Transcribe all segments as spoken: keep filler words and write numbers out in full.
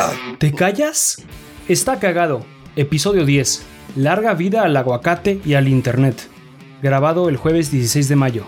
¿Te callas? Está cagado. Episodio diez. Larga vida al aguacate y al internet. Grabado el jueves dieciséis de mayo.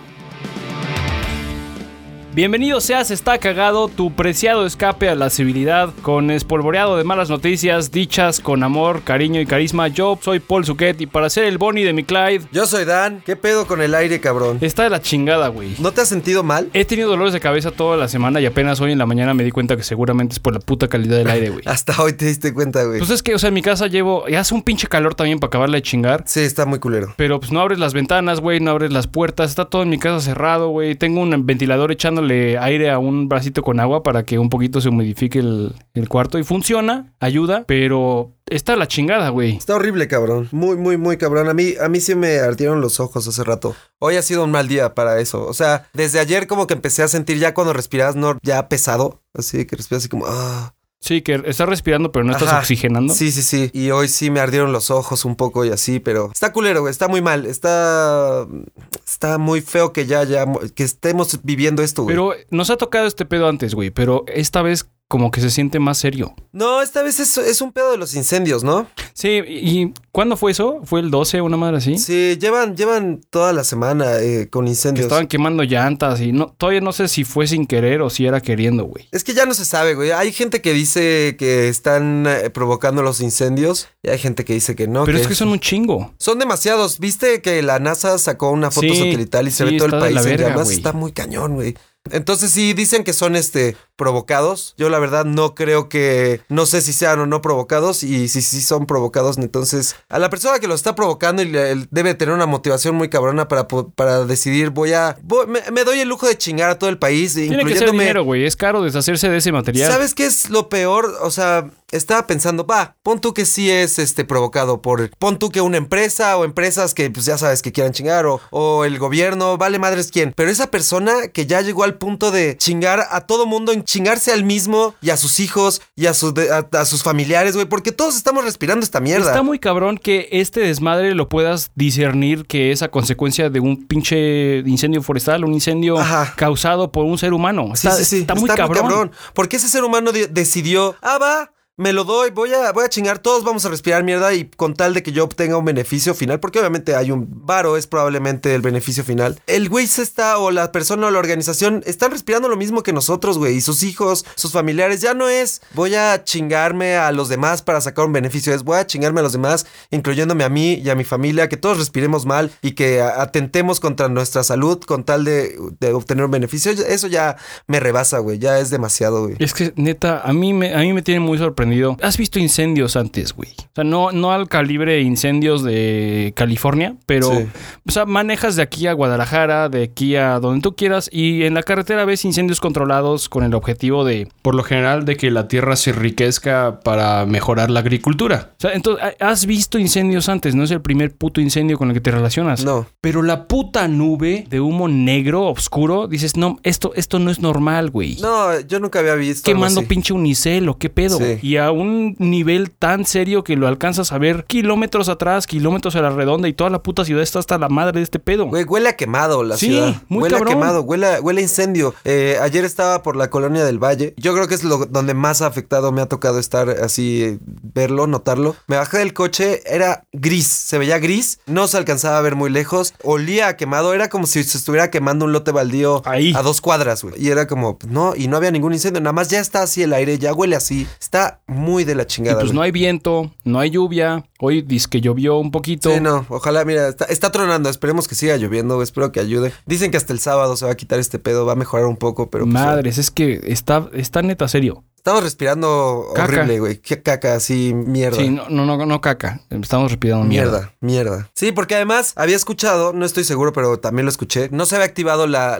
Bienvenido seas Está Cagado, tu preciado escape a la civilidad, con espolvoreado de malas noticias, dichas con amor, cariño y carisma. Yo soy Paul Suquet y para ser el Bonnie de mi Clyde... Yo soy Dan. ¿Qué pedo con el aire, cabrón? Está de la chingada, güey. ¿No te has sentido mal? He tenido dolores de cabeza toda la semana y apenas hoy en la mañana me di cuenta que seguramente es por la puta calidad del aire, güey. Hasta hoy te diste cuenta, güey. Pues es que, o sea, en mi casa llevo... Y hace un pinche calor también para acabarla de chingar. Sí, está muy culero. Pero pues no abres las ventanas, güey, no abres las puertas. Está todo en mi casa cerrado, güey. Tengo un ventilador echándole aire a un bracito con agua para que un poquito se humidifique el, el cuarto. Y funciona, ayuda, pero está la chingada, güey. Está horrible, cabrón. Muy, muy, muy cabrón. A mí, a mí sí me ardieron los ojos hace rato. Hoy ha sido un mal día para eso. O sea, desde ayer como que empecé a sentir ya cuando respiras, no, ya pesado. Así que respiras así como... ah. Sí, que estás respirando, pero no estás Ajá. oxigenando. Sí, sí, sí. Y hoy sí me ardieron los ojos un poco y así, pero... Está culero, güey. Está muy mal. Está... Está muy feo que ya, ya... Que estemos viviendo esto, güey. Pero nos ha tocado este pedo antes, güey. Pero esta vez como que se siente más serio. No, esta vez es, es un pedo de los incendios, ¿no? Sí, ¿y cuándo fue eso? ¿Fue el doce, una madre así? Sí, llevan, llevan toda la semana eh, con incendios. Que estaban quemando llantas y no, todavía no sé si fue sin querer o si era queriendo, güey. Es que ya no se sabe, güey. Hay gente que dice que están eh, provocando los incendios y hay gente que dice que no. Pero que es que son un chingo. Son demasiados. ¿Viste que la NASA sacó una foto Sí, satelital y se sí, ve todo el está de país la en verga, llamas? güey. Está muy cañón, güey. Entonces sí, dicen que son este provocados. Yo la verdad no creo que... No sé si sean o no provocados. Y si sí son provocados, entonces... A la persona que lo está provocando y le, debe tener una motivación muy cabrona para, para decidir... Voy a... Voy, me, me doy el lujo de chingar a todo el país. Tiene incluyéndome... que ser dinero, güey. Es caro deshacerse de ese material. ¿Sabes qué es lo peor? O sea... Estaba pensando, va, pon tú que sí es este provocado por... Pon tú que una empresa o empresas que pues ya sabes que quieran chingar o, o el gobierno, vale madres quién. Pero esa persona que ya llegó al punto de chingar a todo mundo, en chingarse al mismo y a sus hijos y a, su, a, a sus familiares, güey. Porque todos estamos respirando esta mierda. Está muy cabrón que este desmadre lo puedas discernir que es a consecuencia de un pinche incendio forestal, un incendio Ajá. causado por un ser humano. Está, sí, sí, sí. está muy está cabrón. Muy cabrón. Porque ese ser humano de- decidió, ah, va... Me lo doy, voy a, voy a chingar, todos vamos a respirar mierda y con tal de que yo obtenga un beneficio final, porque obviamente hay un varo, es probablemente el beneficio final. El güey se está, o la persona o la organización, están respirando lo mismo que nosotros, güey, y sus hijos, sus familiares, ya no es voy a chingarme a los demás para sacar un beneficio, es voy a chingarme a los demás, incluyéndome a mí y a mi familia, que todos respiremos mal y que atentemos contra nuestra salud con tal de, de obtener un beneficio. Eso ya me rebasa, güey, ya es demasiado, güey. Es que, neta, a mí me, a mí me tiene muy sorprendido. ¿Has visto incendios antes, güey? O sea, no, no al calibre de incendios de California, pero, Sí. o sea, manejas de aquí a Guadalajara, de aquí a donde tú quieras, y en la carretera ves incendios controlados con el objetivo de, por lo general, de que la tierra se enriquezca para mejorar la agricultura. O sea, entonces, has visto incendios antes, no es el primer puto incendio con el que te relacionas. No. Pero la puta nube de humo negro, oscuro, dices, no, esto, esto no es normal, güey. No, yo nunca había visto algo Quemando así. pinche unicel o qué pedo. Sí. Y a un nivel tan serio que lo alcanzas a ver kilómetros atrás, kilómetros a la redonda y toda la puta ciudad está hasta la madre de este pedo. Güey, huele a quemado la Sí, ciudad. muy huele cabrón. a quemado, huele a, huele a incendio. Eh, ayer estaba por la colonia del Valle. Yo creo que es lo donde más afectado me ha tocado estar así, eh, verlo, notarlo. Me bajé del coche, era gris, se veía gris, no se alcanzaba a ver muy lejos, olía a quemado, era como si se estuviera quemando un lote baldío Ahí. a dos cuadras, güey. Y era como, no, y no había ningún incendio, nada más ya está así el aire, ya huele así. Está muy de la Y chingada. pues güey. no hay viento, no hay lluvia. Hoy dice que llovió un poquito. Sí, no, ojalá, mira, está, está tronando, esperemos que siga lloviendo, espero que ayude. Dicen que hasta el sábado se va a quitar este pedo, va a mejorar un poco, pero... pues, Madres, es que está, está neta serio. estamos respirando Caca. horrible, güey. Qué caca, así, mierda. Sí, no, no, no, no caca. Estamos respirando mierda. Mierda, mierda. Sí, porque además había escuchado, no estoy seguro, pero también lo escuché, no se había activado la,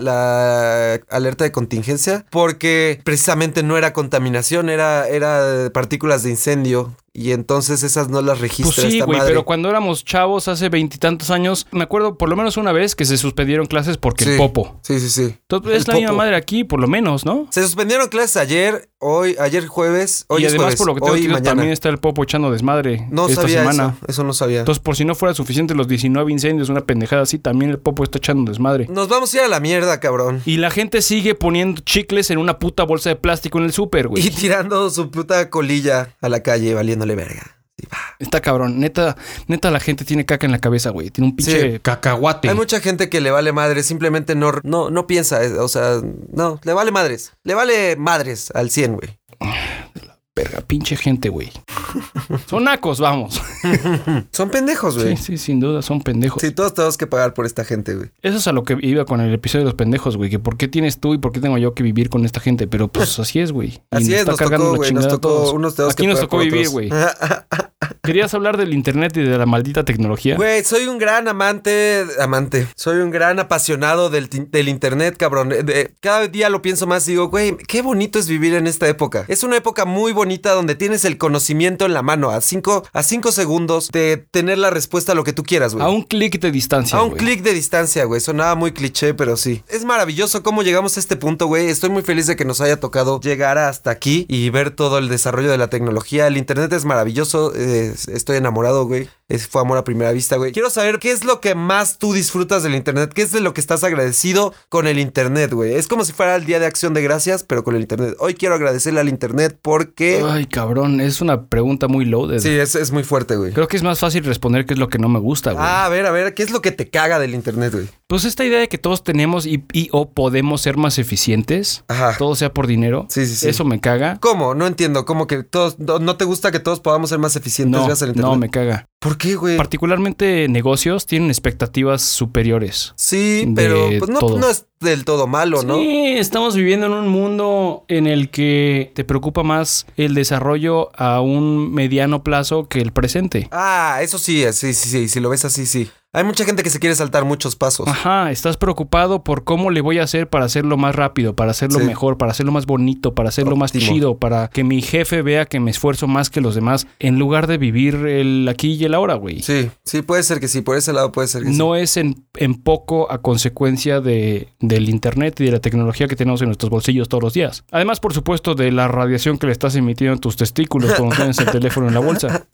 la alerta de contingencia porque precisamente no era contaminación, era, era partículas de incendio y entonces esas no las registra pues sí, esta güey, madre. pero cuando éramos chavos hace veintitantos años, me acuerdo por lo menos una vez que se suspendieron clases porque Sí. el popo. Sí, sí, sí. Entonces El es la misma popo. madre aquí, por lo menos, ¿no? Se suspendieron clases ayer, hoy, ayer jueves, hoy y es además, jueves, por lo que tengo hoy y entendido, mañana. también está el popo echando desmadre No esta sabía semana. eso, eso no sabía. Entonces, por si no fuera suficiente los diecinueve incendios, una pendejada así, también el popo está echando desmadre. Nos vamos a ir a la mierda, cabrón. Y la gente sigue poniendo chicles en una puta bolsa de plástico en el súper, güey. Y tirando su puta colilla a la calle, valiéndole verga. Sí, va. Está cabrón. Neta, neta la gente tiene caca en la cabeza, güey. Tiene un pinche Sí. cacahuate. Hay mucha gente que le vale madres, simplemente no, no, no piensa, eh, o sea, no, le vale madres. Le vale madres al cien, güey. Verga, pinche gente, güey. Son nacos, vamos. Son pendejos, Sí, güey. sí, sin duda, son pendejos. Sí, todos tenemos que pagar por esta gente, güey. Eso es a lo que iba con el episodio de los pendejos, güey. Que por qué tienes tú y por qué tengo yo que vivir con esta gente. Pero pues así es, güey. Y Así es, está nos cargando tocó, la güey, nos chingada a tocó, todos. unos tenemos Aquí que nos pagar tocó por vivir, otros. güey. ¿Querías hablar del internet y de la maldita tecnología? Güey, soy un gran amante, amante, soy un gran apasionado del, ti- del internet, cabrón. De- de- cada día lo pienso más y digo, güey, qué bonito es vivir en esta época. Es una época muy bonita donde tienes el conocimiento en la mano, a cinco, a cinco segundos de tener la respuesta a lo que tú quieras, güey. A un clic de distancia, A un güey. clic de distancia, güey. Sonaba muy cliché, pero sí. Es maravilloso cómo llegamos a este punto, güey. Estoy muy feliz de que nos haya tocado llegar hasta aquí y ver todo el desarrollo de la tecnología. El internet es maravilloso. eh, estoy enamorado, güey. Es, fue amor a primera vista, güey. Quiero saber qué es lo que más tú disfrutas del internet. ¿Qué es de lo que estás agradecido con el internet, güey? Es como si fuera el Día de Acción de Gracias, pero con el internet. Hoy quiero agradecerle al internet porque... Ay, cabrón, es una pregunta muy loaded. Sí, es, es muy fuerte, güey. Creo que es más fácil responder qué es lo que no me gusta, güey. Ah, a ver, a ver. ¿Qué es lo que te caga del internet, güey? Pues esta idea de que todos tenemos y, y o podemos ser más eficientes, Ajá. todo sea por dinero, Sí, sí, sí. eso me caga. ¿Cómo? No entiendo. ¿Cómo que todos... No, no te gusta que todos podamos ser más eficientes No, gracias al internet? no, me caga. ¿Por qué, güey? Particularmente negocios tienen expectativas superiores. Sí, de pero pues no, todo. no es del todo malo, ¿no? Sí, estamos viviendo en un mundo en el que te preocupa más el desarrollo a un mediano plazo que el presente. Ah, eso sí, sí, sí, sí. Si lo ves así, sí. Hay mucha gente que se quiere saltar muchos pasos. Ajá, estás preocupado por cómo le voy a hacer para hacerlo más rápido, para hacerlo Sí. mejor, para hacerlo más bonito, para hacerlo más Óptimo. chido, para que mi jefe vea que me esfuerzo más que los demás, en lugar de vivir el aquí y el ahora, güey. Sí, sí, puede ser que sí. Por ese lado puede ser que sí. No es en, en poco a consecuencia de, del internet y de la tecnología que tenemos en nuestros bolsillos todos los días. Además, por supuesto, de la radiación que le estás emitiendo en tus testículos cuando tienes el teléfono en la bolsa.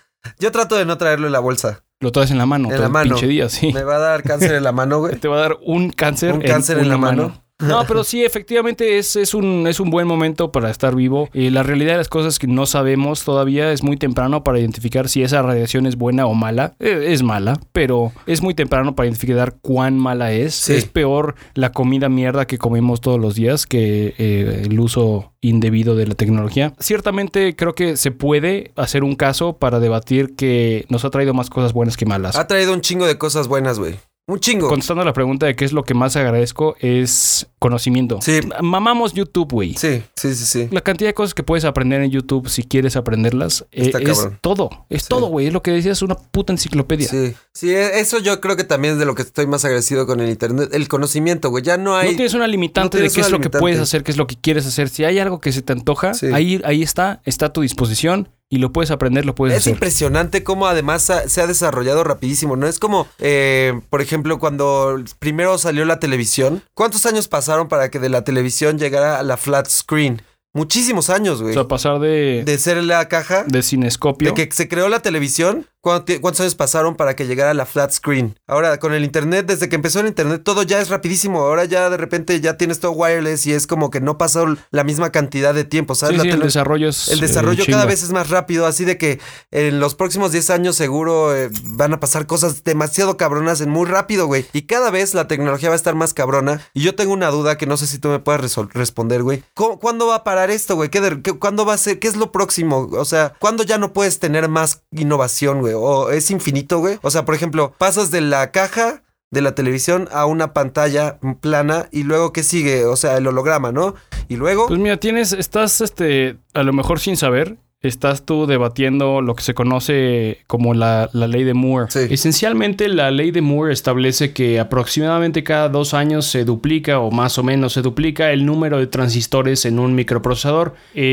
Yo trato de no traerlo en la bolsa. Lo traes en la mano En todo la el mano. pinche día, sí. Me va a dar cáncer en la mano, güey. Te va a dar un cáncer, Un cáncer en una la mano. No, pero sí, efectivamente es, es, un, es un buen momento para estar vivo. Eh, la realidad de las cosas es que no sabemos todavía. Es muy temprano para identificar si esa radiación es buena o mala. Eh, es mala, pero es muy temprano para identificar cuán mala es. Sí. Es peor la comida mierda que comemos todos los días que eh, el uso indebido de la tecnología. Ciertamente creo que se puede hacer un caso para debatir que nos ha traído más cosas buenas que malas. Ha traído un chingo de cosas buenas, güey. Un chingo. Contestando a la pregunta de qué es lo que más agradezco es conocimiento. Sí. Mamamos YouTube, güey. Sí, sí, sí, sí. La cantidad de cosas que puedes aprender en YouTube si quieres aprenderlas eh, Está es cabrón. todo. Es Sí. todo, güey. Es lo que decías, una puta enciclopedia. Sí, sí, eso yo creo que también es de lo que estoy más agradecido con el internet. El conocimiento, güey. Ya no hay... No tienes una limitante no de tienes qué es una lo que limitante. puedes hacer, qué es lo que quieres hacer. Si hay algo que se te antoja, Sí. ahí, ahí está, está a tu disposición y lo puedes aprender, lo puedes Es hacer. impresionante cómo además ha- se ha desarrollado rapidísimo, ¿no? Es como, eh, por ejemplo, cuando primero salió la televisión. ¿Cuántos años pasaron para que de la televisión llegara a la flat screen? Muchísimos años, O güey. sea, pasar de, de, De ser la caja, cinescopio. de que se creó la televisión. ¿Cuánto tie- ¿Cuántos años pasaron para que llegara la flat screen? Ahora, con el internet, desde que empezó el internet, todo ya es rapidísimo. Ahora ya de repente ya tienes todo wireless y es como que no pasó la misma cantidad de tiempo, ¿sabes? Sí, La sí, el tele- desarrollo es El eh, desarrollo chinga. cada vez es más rápido, así de que en los próximos diez años seguro eh, van a pasar cosas demasiado cabronas en muy rápido, güey. Y cada vez la tecnología va a estar más cabrona. Y yo tengo una duda que no sé si tú me puedes resol- responder, güey. ¿Cómo- ¿Cuándo va a parar esto, güey? ¿Qué de- qué- ¿Cuándo va a ser? ¿Qué es lo próximo? O sea, ¿cuándo ya no puedes tener más innovación, güey? ¿O es infinito, güey? O sea, por ejemplo, pasas de la caja de la televisión a una pantalla plana y luego ¿qué sigue? O sea, el holograma, ¿no? Y luego... Pues mira, tienes, estás, este, a lo mejor sin saber, estás tú debatiendo lo que se conoce como la, la ley de Moore. Sí. Esencialmente, la ley de Moore establece que aproximadamente cada dos años se duplica, o más o menos se duplica, el número de transistores en un microprocesador. Eh,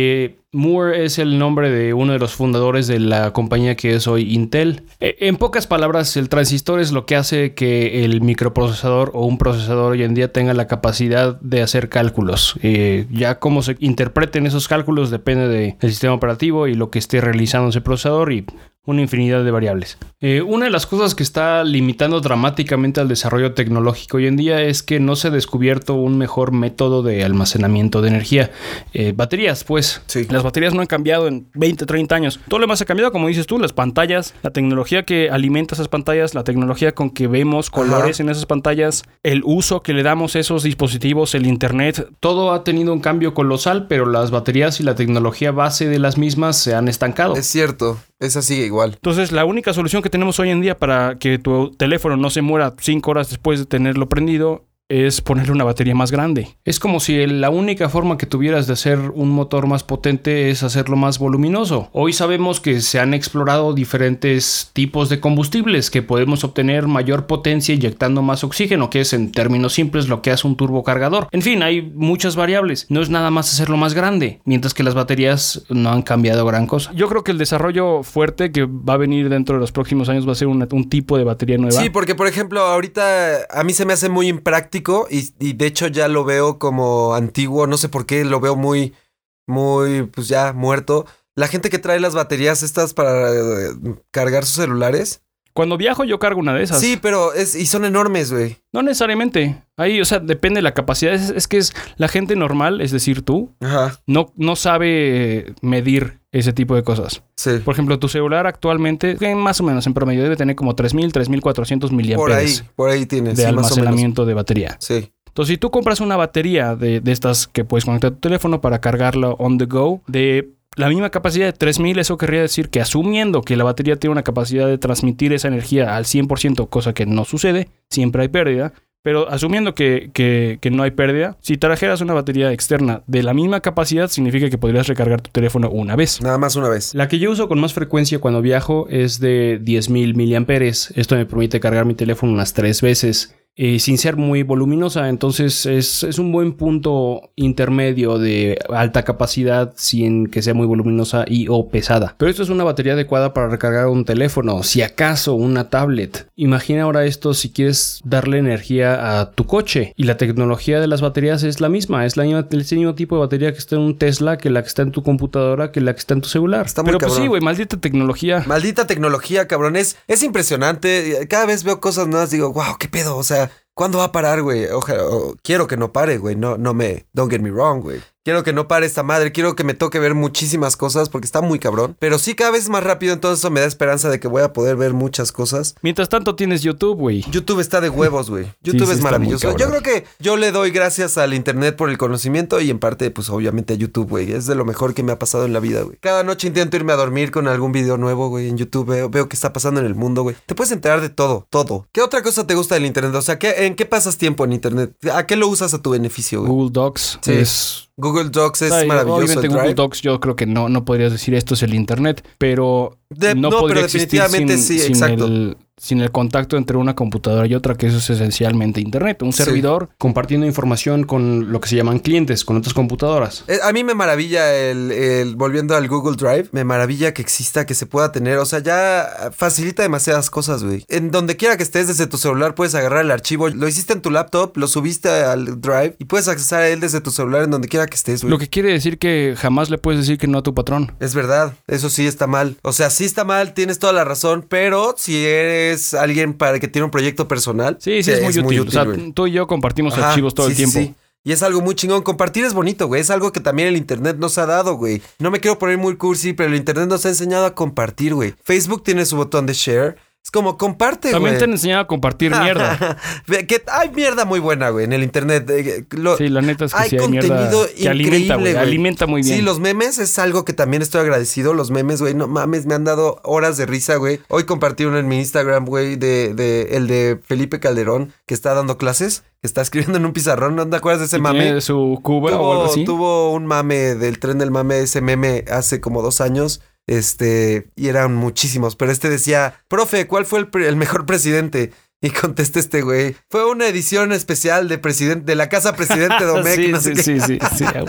Moore es el nombre de uno de los fundadores de la compañía que es hoy Intel. En pocas palabras, el transistor es lo que hace que el microprocesador o un procesador hoy en día tenga la capacidad de hacer cálculos. Eh, ya cómo se interpreten esos cálculos depende del sistema operativo y lo que esté realizando ese procesador y una infinidad de variables. Eh, una de las cosas que está limitando dramáticamente al desarrollo tecnológico hoy en día es que no se ha descubierto un mejor método de almacenamiento de energía. Eh, baterías, pues. Sí. Las baterías no han cambiado en veinte, treinta años. Todo lo demás ha cambiado, como dices tú, las pantallas, la tecnología que alimenta esas pantallas, la tecnología con que vemos colores Ajá. en esas pantallas, el uso que le damos a esos dispositivos, el internet. Todo ha tenido un cambio colosal, pero las baterías y la tecnología base de las mismas se han estancado. Es cierto. Esa sigue igual. Entonces, la única solución que tenemos hoy en día para que tu teléfono no se muera cinco horas después de tenerlo prendido es ponerle una batería más grande. Es como si la única forma que tuvieras de hacer un motor más potente es hacerlo más voluminoso. Hoy sabemos que se han explorado diferentes tipos de combustibles que podemos obtener mayor potencia inyectando más oxígeno, que es en términos simples lo que hace un turbocargador. En fin, hay muchas variables. No es nada más hacerlo más grande, mientras que las baterías no han cambiado gran cosa. Yo creo que el desarrollo fuerte que va a venir dentro de los próximos años va a ser una, un tipo de batería nueva. Sí, porque por ejemplo, ahorita a mí se me hace muy impráctico Y, y de hecho ya lo veo como antiguo, no sé por qué, lo veo muy, muy, pues ya muerto. La gente que trae las baterías estas para eh, cargar sus celulares. Cuando viajo yo cargo una de esas. Sí, pero es, y son enormes, güey. No necesariamente. Ahí, o sea, depende de la capacidad. Es, es que es la gente normal, es decir, tú, Ajá. No, no sabe medir ese tipo de cosas. Sí. Por ejemplo, tu celular actualmente, más o menos en promedio, debe tener como tres mil, tres mil cuatrocientos miliamperes. Por ahí, por ahí tienes. De sí, almacenamiento de batería. Sí. Entonces, si tú compras una batería de, de estas que puedes conectar a tu teléfono para cargarla on the go, de la misma capacidad de tres mil, eso querría decir que asumiendo que la batería tiene una capacidad de transmitir esa energía al cien por ciento, cosa que no sucede, siempre hay pérdida. Pero asumiendo que, que, que no hay pérdida, si trajeras una batería externa de la misma capacidad, significa que podrías recargar tu teléfono una vez. Nada más una vez. La que yo uso con más frecuencia cuando viajo es de diez mil miliamperes. Esto me permite cargar mi teléfono unas tres veces. Eh, sin ser muy voluminosa, entonces es, es un buen punto intermedio de alta capacidad sin que sea muy voluminosa y o pesada. Pero esto es una batería adecuada para recargar un teléfono, si acaso una tablet. Imagina ahora esto si quieres darle energía a tu coche, y la tecnología de las baterías es la misma, es la misma, el mismo tipo de batería que está en un Tesla, que la que está en tu computadora, que la que está en tu celular. Está muy Pero cabrón. Pues sí, güey, maldita tecnología. Maldita tecnología, cabrón, es, es impresionante. Cada vez veo cosas nuevas, digo, wow, qué pedo, o sea, ¿cuándo va a parar, güey? Ojalá, o, quiero que no pare, güey. No, no me... Don't get me wrong, güey. Quiero que no pare esta madre. Quiero que me toque ver muchísimas cosas porque está muy cabrón. Pero sí, cada vez más rápido. Entonces eso me da esperanza de que voy a poder ver muchas cosas. Mientras tanto tienes YouTube, güey. YouTube está de huevos, güey. YouTube sí, sí, es maravilloso. Yo creo que yo le doy gracias al internet por el conocimiento y en parte, pues obviamente a YouTube, güey. Es de lo mejor que me ha pasado en la vida, güey. Cada noche intento irme a dormir con algún video nuevo, güey. En YouTube veo, veo qué está pasando en el mundo, güey. Te puedes enterar de todo, todo. ¿Qué otra cosa te gusta del internet? O sea, ¿qué, ¿en qué pasas tiempo en internet? ¿A qué lo usas a tu beneficio, güey? Google Docs sí. es... Google Docs es Ay, maravilloso. Obviamente Google Docs yo creo que no, no podrías decir esto es el internet, pero de, no, no podría pero definitivamente existir sin, sí, sin exacto. El, sin el contacto entre una computadora y otra, que eso es esencialmente internet. Un servidor sí. compartiendo información con lo que se llaman clientes, con otras computadoras. Eh, a mí me maravilla el, el, volviendo al Google Drive, me maravilla que exista, que se pueda tener. O sea, ya facilita demasiadas cosas, güey. En donde quiera que estés desde tu celular puedes agarrar el archivo. Lo hiciste en tu laptop, lo subiste al Drive y puedes accesar a él desde tu celular en donde quiera que estés, güey. Lo que quiere decir que jamás le puedes decir que no a tu patrón. Es verdad, eso sí está mal. O sea, sí está mal, tienes toda la razón, pero si eres alguien para que tiene un proyecto personal, sí, sí, es, muy, es útil. muy útil. O sea, güey. Tú y yo compartimos Ajá, archivos todo sí, el tiempo. Sí, sí. Y es algo muy chingón. Compartir es bonito, güey. Es algo que también el internet nos ha dado, güey. No me quiero poner muy cursi, pero el internet nos ha enseñado a compartir, güey. Facebook tiene su botón de share. Es como, comparte, güey. También te han enseñado a compartir mierda. Que hay mierda muy buena, güey, en el internet. Lo, sí, la neta es que hay sí hay contenido mierda que alimenta, güey. Alimenta muy bien. Sí, los memes es algo que también estoy agradecido. Los memes, güey, no mames, me han dado horas de risa, güey. Hoy compartí uno en mi Instagram, güey, de, de el de Felipe Calderón, que está dando clases, que está escribiendo en un pizarrón. ¿No te acuerdas de ese mame? ¿Tiene su cuba tuvo, o algo así? Tuvo un mame del tren del mame, ese meme hace como dos años. Este, y eran muchísimos, pero este decía, profe, ¿cuál fue el, pre- el mejor presidente? Y contesta este güey, fue una edición especial de presidente de la casa presidente Domecq. sí, no sí, sé sí, qué. sí, sí, a huevo.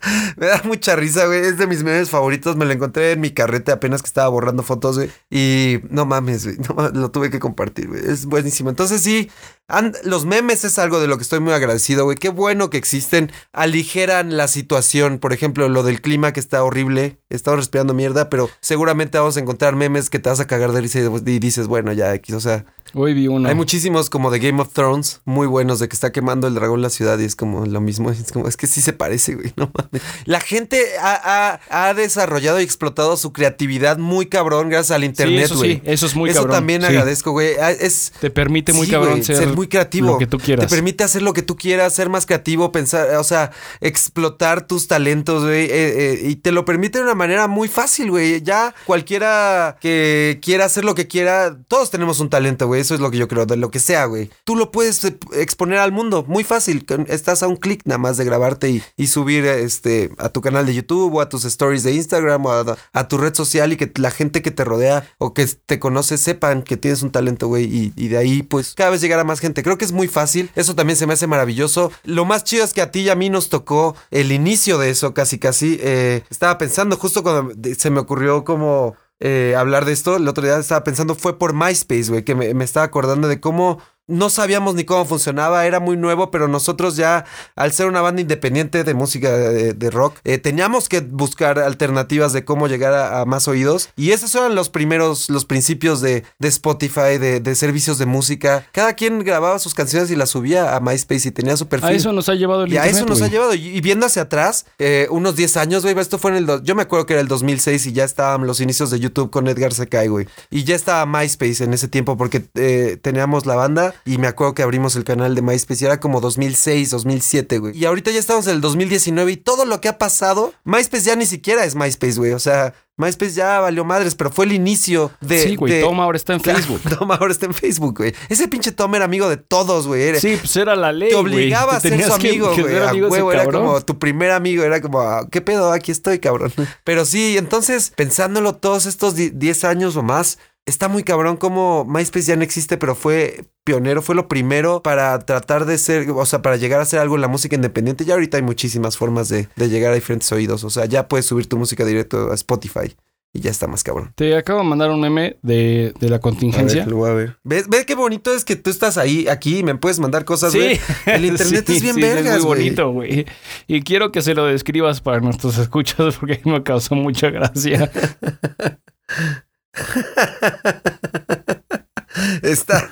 Me da mucha risa, güey. Es de mis memes favoritos. Me lo encontré en mi carrete apenas que estaba borrando fotos, güey. Y no mames, güey. No mames, lo tuve que compartir, güey. Es buenísimo. Entonces sí, and, los memes es algo de lo que estoy muy agradecido, güey. Qué bueno que existen. Aligeran la situación. Por ejemplo, lo del clima que está horrible. He estado respirando mierda, pero seguramente vamos a encontrar memes que te vas a cagar de risa y dices, bueno, ya, X. O sea, hoy vi uno. Hay muchísimos como de Game of Thrones, muy buenos, de que está quemando el dragón la ciudad y es como lo mismo. Es como, es que sí se parece, güey, no mames. La gente ha, ha, ha desarrollado y explotado su creatividad muy cabrón gracias al internet, güey. Sí, eso sí, eso es muy eso cabrón. Eso también sí. agradezco, güey. Es, te permite muy sí, cabrón güey, ser, ser muy creativo. Lo que tú quieras. Te permite hacer lo que tú quieras, ser más creativo, pensar, o sea, explotar tus talentos, güey. Eh, eh, y te lo permite de una manera muy fácil, güey. Ya cualquiera que quiera hacer lo que quiera, todos tenemos un talento, güey. Eso es lo que yo creo, de lo que sea, güey. Tú lo puedes exponer al mundo, muy fácil. Estás a un clic nada más de grabarte y, y subir este a tu canal de YouTube o a tus stories de Instagram o a, a tu red social y que la gente que te rodea o que te conoce sepan que tienes un talento, güey. Y, y de ahí, pues, cada vez llegar a más gente. Creo que es muy fácil. Eso también se me hace maravilloso. Lo más chido es que a ti y a mí nos tocó el inicio de eso, casi, casi. Eh, estaba pensando justo cuando se me ocurrió como... Eh, hablar de esto, el otro día estaba pensando, fue por MySpace, güey, que me, me estaba acordando de cómo no sabíamos ni cómo funcionaba, era muy nuevo, pero nosotros ya, al ser una banda independiente de música de, de rock, eh, teníamos que buscar alternativas de cómo llegar a, a más oídos, y esos eran los primeros, los principios de, de Spotify, de, de servicios de música. Cada quien grababa sus canciones y las subía a MySpace y tenía su perfil. A eso nos ha llevado el y internet, a eso nos wey. ha llevado, y, y viendo hacia atrás, eh, unos diez años, güey, esto fue en el, do- yo me acuerdo que era el dos mil seis y ya estaban los inicios de YouTube con Edgar Secay, güey, y ya estaba MySpace en ese tiempo porque eh, teníamos la banda. Y me acuerdo que abrimos el canal de MySpace y era como dos mil seis, dos mil siete, güey. Y ahorita ya estamos en el dos mil diecinueve y todo lo que ha pasado, MySpace ya ni siquiera es MySpace, güey. O sea, MySpace ya valió madres, pero fue el inicio de... Sí, güey, de... Tom ahora está en Facebook. Tom ahora está en Facebook, güey. Ese pinche Tom era amigo de todos, güey. Sí, pues era la ley, Te obligaba a ser su amigo, güey. A huevo, era como tu primer amigo. Era como, ¿qué pedo? Aquí estoy, cabrón. Pero sí, entonces, pensándolo todos estos diez años o más... Está muy cabrón como MySpace ya no existe, pero fue pionero, fue lo primero para tratar de ser, o sea, para llegar a hacer algo en la música independiente. Ya ahorita hay muchísimas formas de, de llegar a diferentes oídos. O sea, ya puedes subir tu música directo a Spotify y ya está más cabrón. Te acabo de mandar un meme de, de la contingencia. A ver, lo voy a ver. ¿Ves, ¿Ves qué bonito es que tú estás ahí, aquí y me puedes mandar cosas, güey? Sí. El internet sí, es bien sí, vergas, es muy güey. bonito, güey. Y quiero que se lo describas para nuestros escuchas porque a mí me causó mucha gracia. Está.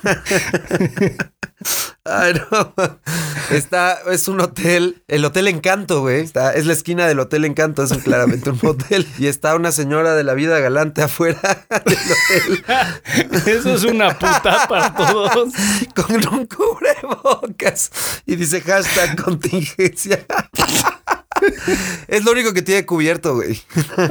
Ay, no. Está. Es un hotel. El Hotel Encanto, güey. Está, es la esquina del Hotel Encanto. Es un, claramente un hotel. Y está una señora de la vida galante afuera del hotel. Eso es una puta para todos. Con un cubrebocas. Y dice hashtag contingencia. Es lo único que tiene cubierto, güey.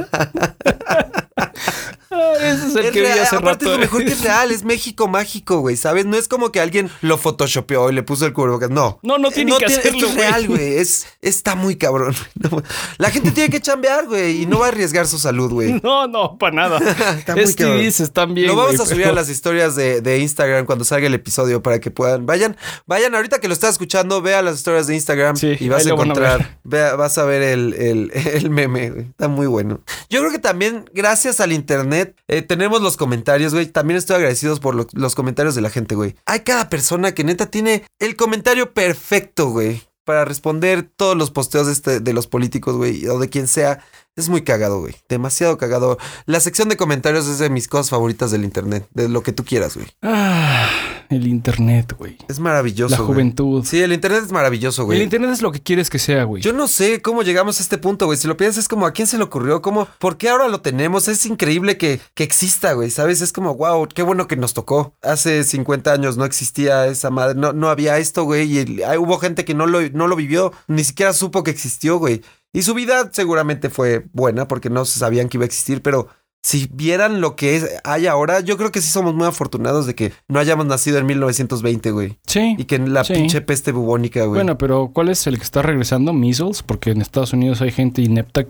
Ese es el es que vi real, hace aparte rato. es lo mejor que es real, es México mágico, güey, ¿sabes? No es como que alguien lo photoshopeó y le puso el cubrebocas, no. No, no tiene no que tiene, hacerlo, es real, güey, es, está muy cabrón. No, la gente tiene que chambear, güey, y no va a arriesgar su salud, güey. No, no, para nada. Está muy S T Ds están bien, Lo vamos güey, a subir pero... a las historias de, de Instagram cuando salga el episodio para que puedan, vayan, vayan, ahorita que lo estás escuchando, vea las historias de Instagram sí, y vas a a encontrar, vea, vas a ver el, el, el meme, güey. Está muy bueno. Yo creo que también, gracias al internet, eh, tenemos los comentarios, güey. También estoy agradecido por lo, los comentarios de la gente, güey. Hay cada persona que neta tiene el comentario perfecto, güey, para responder todos los posteos de, este, de los políticos, güey, o de quien sea. Es muy cagado, güey. Demasiado cagado. La sección de comentarios es de mis cosas favoritas del internet. De lo que tú quieras, güey. Ah, el internet, güey. Es maravilloso, La juventud. Güey. Sí, el internet es maravilloso, güey. El internet es lo que quieres que sea, güey. Yo no sé cómo llegamos a este punto, güey. Si lo piensas es como, ¿a quién se le ocurrió? ¿Cómo? ¿Por qué ahora lo tenemos? Es increíble que, que exista, güey, ¿sabes? Es como, wow, qué bueno que nos tocó. Hace cincuenta años no existía esa madre. No, no había esto, güey. Y el, hay, hubo gente que no lo, no lo vivió. Ni siquiera supo que existió, güey. Y su vida seguramente fue buena porque no sabían que iba a existir, pero si vieran lo que es, hay ahora, yo creo que sí somos muy afortunados de que no hayamos nacido en mil novecientos veinte, güey. Sí. Y que en la sí. pinche peste bubónica, güey. Bueno, pero ¿cuál es el que está regresando? Measles, porque en Estados Unidos hay gente inepta que no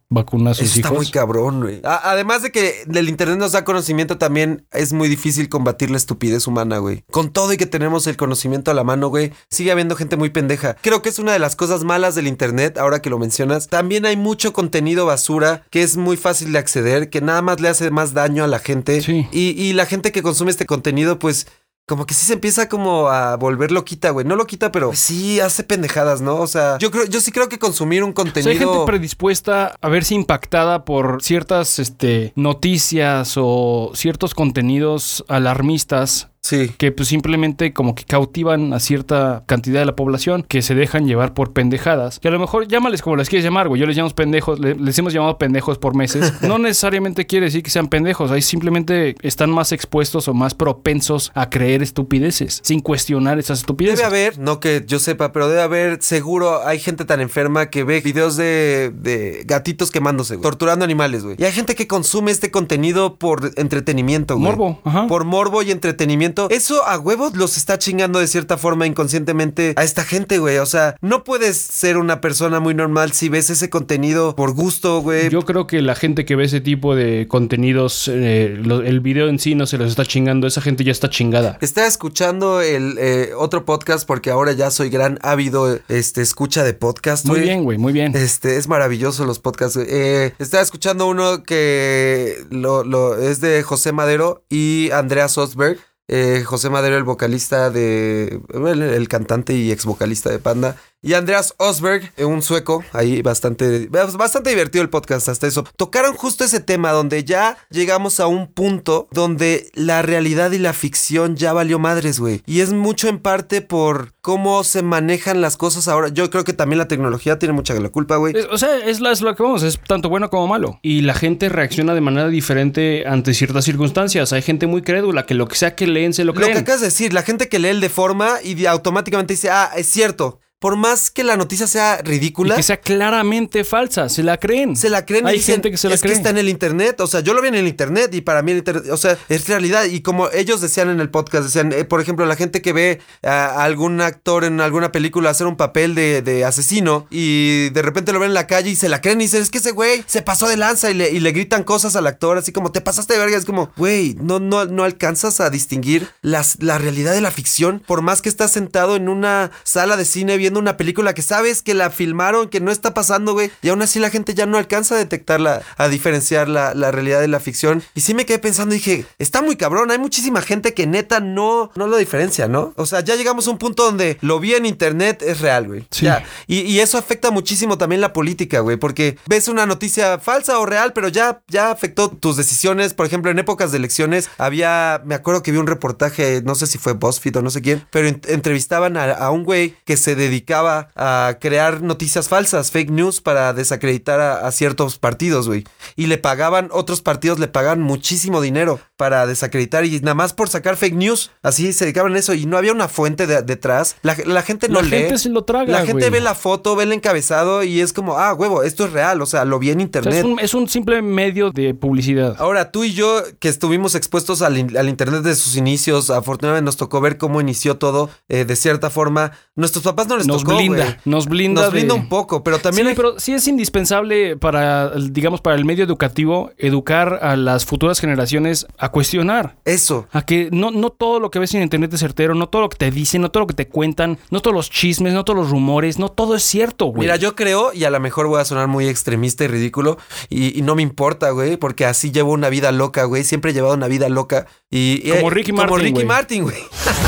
vacuna a sus Eso hijos. está muy cabrón, güey. A- además de que el internet nos da conocimiento, también es muy difícil combatir la estupidez humana, güey. Con todo y que tenemos el conocimiento a la mano, güey, sigue habiendo gente muy pendeja. Creo que es una de las cosas malas del internet, ahora que lo mencionas. También hay mucho contenido basura que es muy fácil de acceder, que nada más le hace más daño a la gente. Sí. Y, y la gente que consume este contenido, pues... como que sí se empieza como a volver loquita, güey. No loquita, pero pues sí hace pendejadas, ¿no? O sea, yo creo, yo sí creo que consumir un O sea, contenido... hay gente predispuesta a verse impactada por ciertas este, noticias o ciertos contenidos alarmistas Sí. que pues simplemente como que cautivan a cierta cantidad de la población que se dejan llevar por pendejadas. Que a lo mejor llámales como les quieres llamar, güey. Yo les llamo pendejos, le- les hemos llamado pendejos por meses. No necesariamente quiere decir que sean pendejos. Ahí simplemente están más expuestos o más propensos a creer estupideces sin cuestionar esas estupideces. Debe haber, no que yo sepa, pero debe haber, seguro hay gente tan enferma que ve videos de, de gatitos quemándose, güey, torturando animales, güey. Y hay gente que consume este contenido por entretenimiento, güey. Morbo, ajá. Por morbo y entretenimiento. Eso a huevos los está chingando de cierta forma inconscientemente a esta gente, güey. O sea, no puedes ser una persona muy normal si ves ese contenido por gusto, güey. Yo creo que la gente que ve ese tipo de contenidos, eh, lo- el video en sí no se los está chingando. Esa gente ya está chingada. Estaba escuchando el eh, otro podcast porque ahora ya soy gran ávido este, escucha de podcast, Muy güey. bien, güey, muy bien. Este, es maravilloso los podcasts, güey. Eh, estaba escuchando uno que lo, lo, es de José Madero y Andrea Sosberg. Eh, José Madero, el vocalista de... El, el cantante y ex vocalista de Panda. Y Andreas Osberg, eh, un sueco, ahí bastante, bastante divertido el podcast hasta eso. Tocaron justo ese tema donde ya llegamos a un punto donde la realidad y la ficción ya valió madres, güey. Y es mucho en parte por cómo se manejan las cosas ahora. Yo creo que también la tecnología tiene mucha la culpa, güey. Es- o sea, es, la- es lo que vamos, es tanto bueno como malo. Y la gente reacciona de manera diferente ante ciertas circunstancias. Hay gente muy crédula que lo que sea que leen se lo Lo creen. que acabas de decir, la gente que lee el de forma y de- automáticamente dice, ah, es cierto. Por más que la noticia sea Y ridícula, que sea claramente falsa, se la creen. se la creen y Hay dicen, gente que se la es cree. que está en el internet. O sea, yo lo vi en el internet y para mí el internet, o sea, es realidad. Y como ellos decían en el podcast, decían, eh, por ejemplo, la gente que ve a algún actor en alguna película hacer un papel de, de asesino y de repente lo ven en la calle y se la creen y dicen, es que ese güey se pasó de lanza y le, y le gritan cosas al actor así como, te pasaste de verga. Es como, güey, no, no, no alcanzas a distinguir las, la realidad de la ficción por más que estás sentado en una sala de cine viendo una película que sabes que la filmaron, que no está pasando, güey. Y aún así la gente ya no alcanza a detectarla, a diferenciar la, la realidad de la ficción. Y sí me quedé pensando y dije, está muy cabrón. Hay muchísima gente que neta no, no lo diferencia, ¿no? O sea, ya llegamos a un punto donde lo vi en internet, es real, güey. Sí. Ya. Y, y eso afecta muchísimo también la política, güey. Porque ves una noticia falsa o real, pero ya, ya afectó tus decisiones. Por ejemplo, en épocas de elecciones había, me acuerdo que vi un reportaje, no sé si fue BuzzFeed o no sé quién, pero en- entrevistaban a, a un güey que se dedicaba a crear noticias falsas, fake news, para desacreditar a, a ciertos partidos, güey. Y le pagaban, otros partidos le pagaban muchísimo dinero para desacreditar y nada más por sacar fake news. Así se dedicaban a eso y no había una fuente de- detrás. La, la gente no La lee. gente se lo traga, La gente güey. ve la foto, ve el encabezado y es como, ah, huevo, esto es real. O sea, lo vi en O sea, internet. es, un, es un simple medio de publicidad. Ahora, tú y yo, que estuvimos expuestos al, in- al internet de sus inicios, afortunadamente nos tocó ver cómo inició todo, eh, de cierta forma. Nuestros papás no les Nos tocó, blinda, güey. nos blinda. Nos blinda de- un poco, pero también sí, hay- pero sí es indispensable para, digamos, para el medio educativo, educar a las futuras generaciones a cuestionar. eso. A que no, no todo lo que ves en internet es certero, no todo lo que te dicen, no todo lo que te cuentan, no todos los chismes, no todos los rumores, no todo es cierto, güey. Mira, yo creo, y a lo mejor voy a sonar muy extremista y ridículo, y, y no me importa, güey, porque así llevo una vida loca, güey. Siempre he llevado una vida loca. Y, y- Como Ricky Martin, Como Ricky güey. Martin, güey.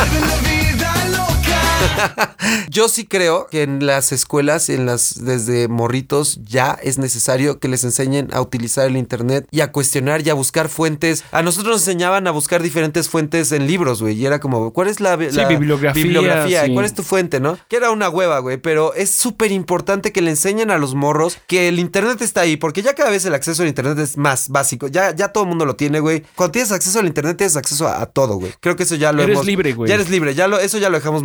Yo sí creo que en las escuelas, en las desde morritos, ya es necesario que les enseñen a utilizar el internet y a cuestionar y a buscar fuentes. A nosotros nos enseñaban a buscar diferentes fuentes en libros, güey. Y era como, ¿cuál es la, la bibliografía, bibliografía? sí. ¿Cuál es tu fuente, no? Que era una hueva, güey. Pero es súper importante que le enseñen a los morros que el internet está ahí, porque ya cada vez el acceso al internet es más básico. Ya, ya todo el mundo lo tiene, güey. Cuando tienes acceso al internet, tienes acceso a, a todo, güey. Creo que eso ya lo Eres hemos... libre, güey. Ya eres libre. Ya lo, eso ya lo dejamos muy en claro.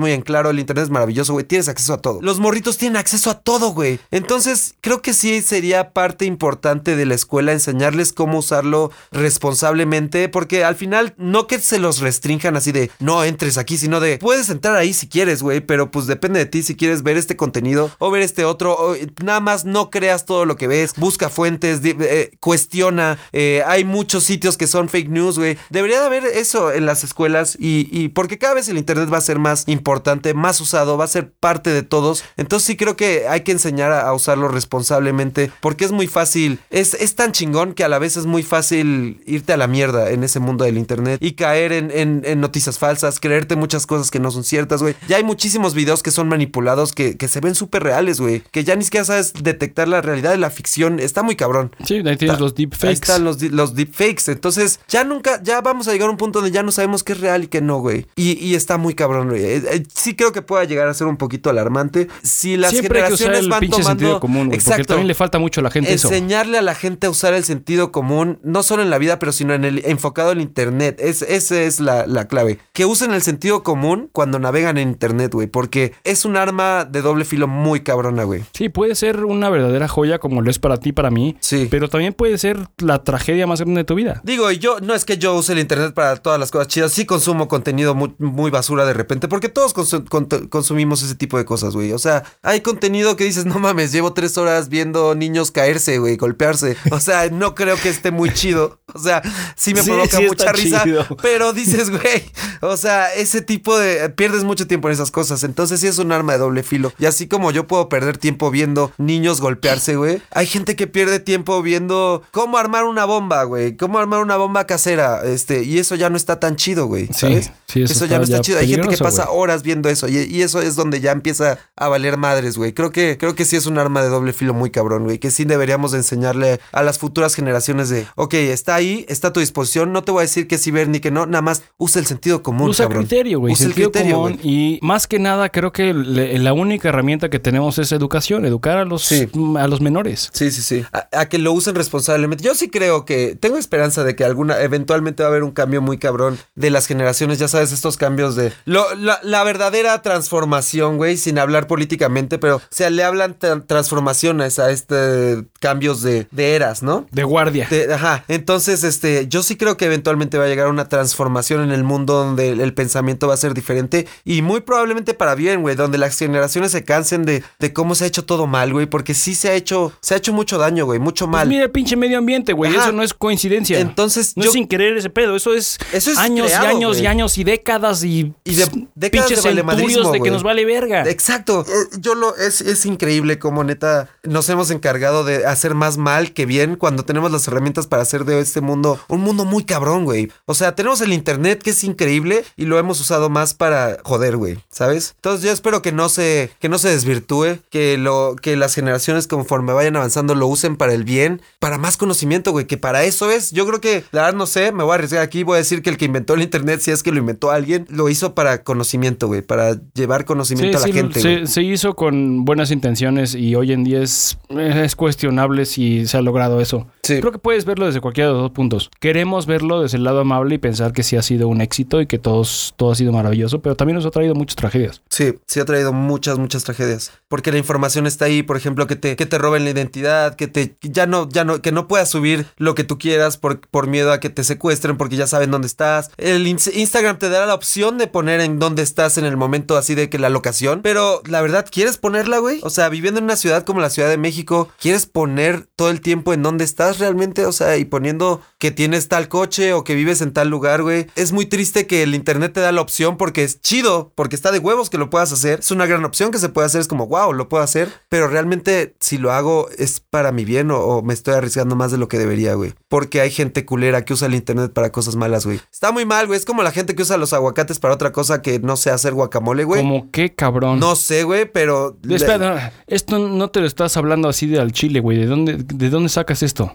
varo, el internet es maravilloso, güey, tienes acceso a todo. Los morritos tienen acceso a todo, güey. Entonces, creo que sí sería parte importante de la escuela enseñarles cómo usarlo responsablemente, porque al final no que se los restrinjan así de no entres aquí, sino de puedes entrar ahí si quieres, güey, pero pues depende de ti si quieres ver este contenido o ver este otro, o, nada más no creas todo lo que ves, busca fuentes, di, eh, cuestiona, eh, hay muchos sitios que son fake news, güey. Debería de haber eso en las escuelas y, y porque cada vez el internet va a ser más importante, más usado, va a ser parte de todos. Entonces sí creo que hay que enseñar a, a usarlo responsablemente, porque es muy fácil, es, es tan chingón que a la vez es muy fácil irte a la mierda en ese mundo del internet y caer en, en, en noticias falsas, creerte muchas cosas que no son ciertas, güey. Ya hay muchísimos videos que son manipulados que, que se ven súper reales, güey, que ya ni siquiera sabes detectar la realidad de la ficción. Está muy cabrón. Sí, ahí tienes los deepfakes. Ahí están los, los deepfakes. Entonces, ya nunca, ya vamos a llegar a un punto donde ya no sabemos qué es real y qué no, güey. Y, y está muy cabrón, güey. Eh, eh, sí creo que pueda llegar a ser un poquito alarmante. Si las Siempre generaciones hay que usar el van pinche tomando... sentido común, güey, porque también le falta mucho a la gente Enseñarle eso. a la gente a usar el sentido común, no solo en la vida, pero sino en el enfocado en internet. Es, esa es la, la clave. Que usen el sentido común cuando navegan en internet, güey, porque es un arma de doble filo muy cabrona, güey. Sí, puede ser una verdadera joya como lo es para ti, para mí. Sí. Pero también puede ser la tragedia más grande de tu vida. Digo, y yo, no es que yo use el internet para todas las cosas chidas. Sí consumo contenido muy, muy basura de repente, porque todos consu- con- consumimos ese tipo de cosas, güey. O sea, hay contenido que dices, no mames, llevo tres horas viendo niños caerse, güey, golpearse. O sea, no creo que esté muy chido. O sea, sí me Sí, provoca sí mucha risa, chido. pero dices, güey, o sea, ese tipo de... Pierdes mucho tiempo en esas cosas. Entonces sí es un arma de doble filo. Y así como yo puedo perder tiempo viendo niños golpearse, güey, hay gente que pierde tiempo viendo cómo armar una bomba, güey, cómo armar una bomba casera, este, y eso ya no está tan chido, güey, ¿sabes? Sí, sí, eso, eso está ya no está chido. Hay gente que pasa güey. horas viendo eso y, y eso es donde ya empieza a valer madres, güey. Creo que, creo que sí es un arma de doble filo muy cabrón, güey, que sí deberíamos de enseñarle a las futuras generaciones de, ok, está ahí, está a tu disposición, no te voy a decir que sí ver ni que no, nada más usa el sentido común, Usa cabrón. criterio, güey. Usa el Sentido criterio, común. güey. Y más que nada, creo que le- la única herramienta que tenemos es educación. Educar a los, Sí. a los menores. Sí, sí, sí. A, a que lo usen responsablemente. Yo sí creo que tengo esperanza de que alguna eventualmente va a haber un cambio muy cabrón de las generaciones. Ya sabes, estos cambios de lo, la, la verdadera transformación, güey, sin hablar políticamente, pero o sea, le hablan tra- transformaciones a este cambios de, de eras, ¿no? De guardia. De- ajá. Entonces, este, yo sí creo que eventualmente va a llegar una transformación en el mundo donde el, el pensamiento va a ser diferente y muy probablemente para bien, güey, donde las generaciones se cansen de, de cómo se ha hecho todo mal, güey, porque sí se ha hecho, se ha hecho mucho daño, güey, mucho Pues mal. mira el pinche medio ambiente, güey. Ajá. Eso no es coincidencia. Entonces, no yo- es sin querer ese pedo. Eso es, Eso es años creado, y años güey. y años y décadas y, Y de- pss, décadas pinches de valemadrismo, centurios de que güey. nos vale verga. Exacto. Eh, Yo lo es, es increíble cómo neta nos hemos encargado de hacer más mal que bien cuando tenemos las herramientas para hacer de este mundo un mundo muy cabrón, güey. O sea, tenemos el internet que es increíble y lo hemos usado más para joder, güey, ¿sabes? Entonces yo espero que no se que no se desvirtúe, que lo que las generaciones conforme vayan avanzando lo usen para el bien, para más conocimiento, güey, que para eso es. Yo creo que la verdad no sé, me voy a arriesgar aquí, voy a decir que el que inventó el internet, si es que lo inventó alguien, lo hizo para conocimiento, güey, para llevar conocimiento Sí, a la sí, gente, se, güey. se hizo con buenas intenciones y hoy en día es, es cuestionable si se ha logrado eso. Sí. Creo que puedes verlo desde cualquiera de los dos puntos. Queremos verlo desde el lado amable y pensar que sí ha sido un éxito y que todos, todo ha sido maravilloso, pero también nos ha traído muchas tragedias. Sí, sí ha traído muchas, muchas tragedias. Porque la información está ahí, por ejemplo, que te, que te roben la identidad, que te, ya no, ya no, que no puedas subir lo que tú quieras por, por miedo a que te secuestren porque ya saben dónde estás. El ins- Instagram te dará la opción de poner en dónde estás en el momento así de que la locación. Pero la verdad, ¿quieres ponerla, güey? O sea, viviendo en una ciudad como la Ciudad de México, ¿quieres poner todo el tiempo en dónde estás realmente? O sea, y poniendo que tienes tal coche o que vives en tal lugar, güey. Es muy triste que el internet te da la opción porque es chido, porque está de huevos que lo puedas hacer. Es una gran opción que se puede hacer, es como, wow, lo puedo hacer. Pero realmente, si lo hago, es para mi bien o, o me estoy arriesgando más de lo que debería, güey. Porque hay gente culera que usa el internet para cosas malas, güey. Está muy mal, güey. Es como la gente que usa los aguacates para otra cosa que no sea hacer guacamole, güey. Como qué cabrón. No sé, güey, pero... Espera, no, esto no te lo estás hablando así de al chile, güey. ¿De dónde, ¿De dónde sacas esto? ¿Qué?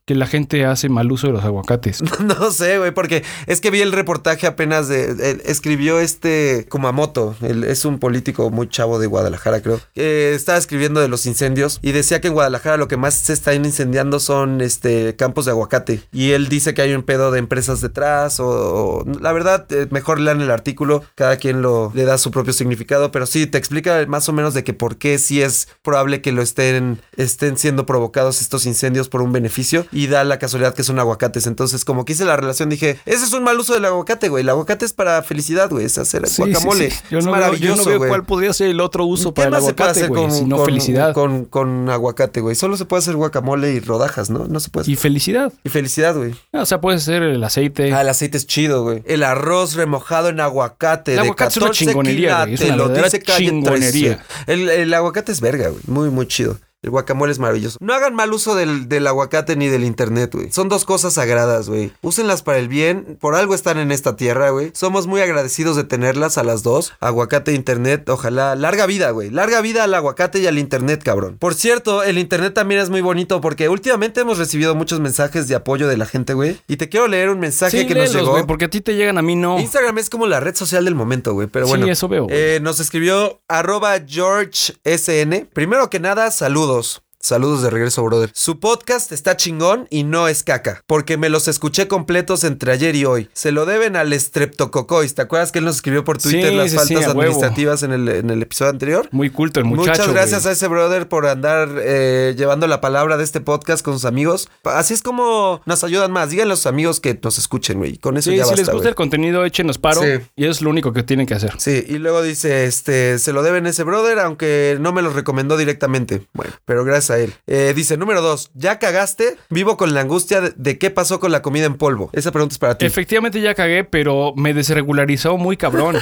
que la gente hace mal uso de los aguacates? No sé, güey, porque es que vi el reportaje apenas de... Él escribió este Kumamoto, él es un político muy chavo de Guadalajara, creo. Eh, estaba escribiendo de los incendios y decía que en Guadalajara lo que más se están incendiando son este campos de aguacate. Y él dice que hay un pedo de empresas detrás o... o la verdad, eh, mejor lean el artículo, cada quien lo le da su propio significado, pero sí, te explica más o menos de que por qué sí es probable que lo estén, estén siendo provocados estos incendios por un beneficio. Y da la casualidad que son aguacates. Entonces, como que hice la relación, dije, ese es un mal uso del aguacate, güey. El aguacate es para felicidad, güey. Es hacer sí, guacamole. Sí, sí. Yo es no maravilloso, veo, yo no veo güey. cuál podría ser el otro uso para el aguacate, güey. Sino con, felicidad. Con, con, con aguacate, güey. Solo se puede hacer guacamole y rodajas, ¿no? No se puede hacer. Y felicidad. Y felicidad, güey. O sea, puede ser el aceite. Ah, el aceite es chido, güey. El arroz remojado en aguacate. El de aguacate es una chingonería, güey. Es una lo dice chingonería. El, el aguacate es verga, güey. Muy, muy chido. El guacamole es maravilloso. No hagan mal uso del, del aguacate ni del internet, güey. Son dos cosas sagradas, güey. Úsenlas para el bien. Por algo están en esta tierra, güey. Somos muy agradecidos de tenerlas a las dos. Aguacate e internet. Ojalá. Larga vida, güey. Larga vida al aguacate y al internet, cabrón. Por cierto, el internet también es muy bonito porque últimamente hemos recibido muchos mensajes de apoyo de la gente, güey. Y te quiero leer un mensaje sí, que léelos, nos llegó. Güey, porque a ti te llegan, a mí no. Instagram es como la red social del momento, güey. Pero bueno. Sí, eso veo. Eh, nos escribió arroba George S N. Primero que nada, saludos. Saludos de regreso, brother. Su podcast está chingón y no es caca, porque me los escuché completos entre ayer y hoy. Se lo deben al Streptococcus. ¿Te acuerdas que él nos escribió por Twitter sí, las sí, faltas sí, administrativas en el, en el episodio anterior? Muy culto el muchacho. Muchas gracias güey. a ese brother por andar eh, llevando la palabra de este podcast con sus amigos. Así es como nos ayudan más. Díganle a sus amigos que nos escuchen, güey. Con eso sí, ya si basta, les gusta güey. el contenido, échenos paro. Sí. Y es lo único que tienen que hacer. Sí, y luego dice, este, se lo deben a ese brother, aunque no me lo recomendó directamente. Bueno, pero gracias a él. Eh, dice, número dos, ¿ya cagaste? Vivo con la angustia de, de qué pasó con la comida en polvo. Esa pregunta es para ti. Efectivamente ya cagué, pero me desregularizó muy cabrón.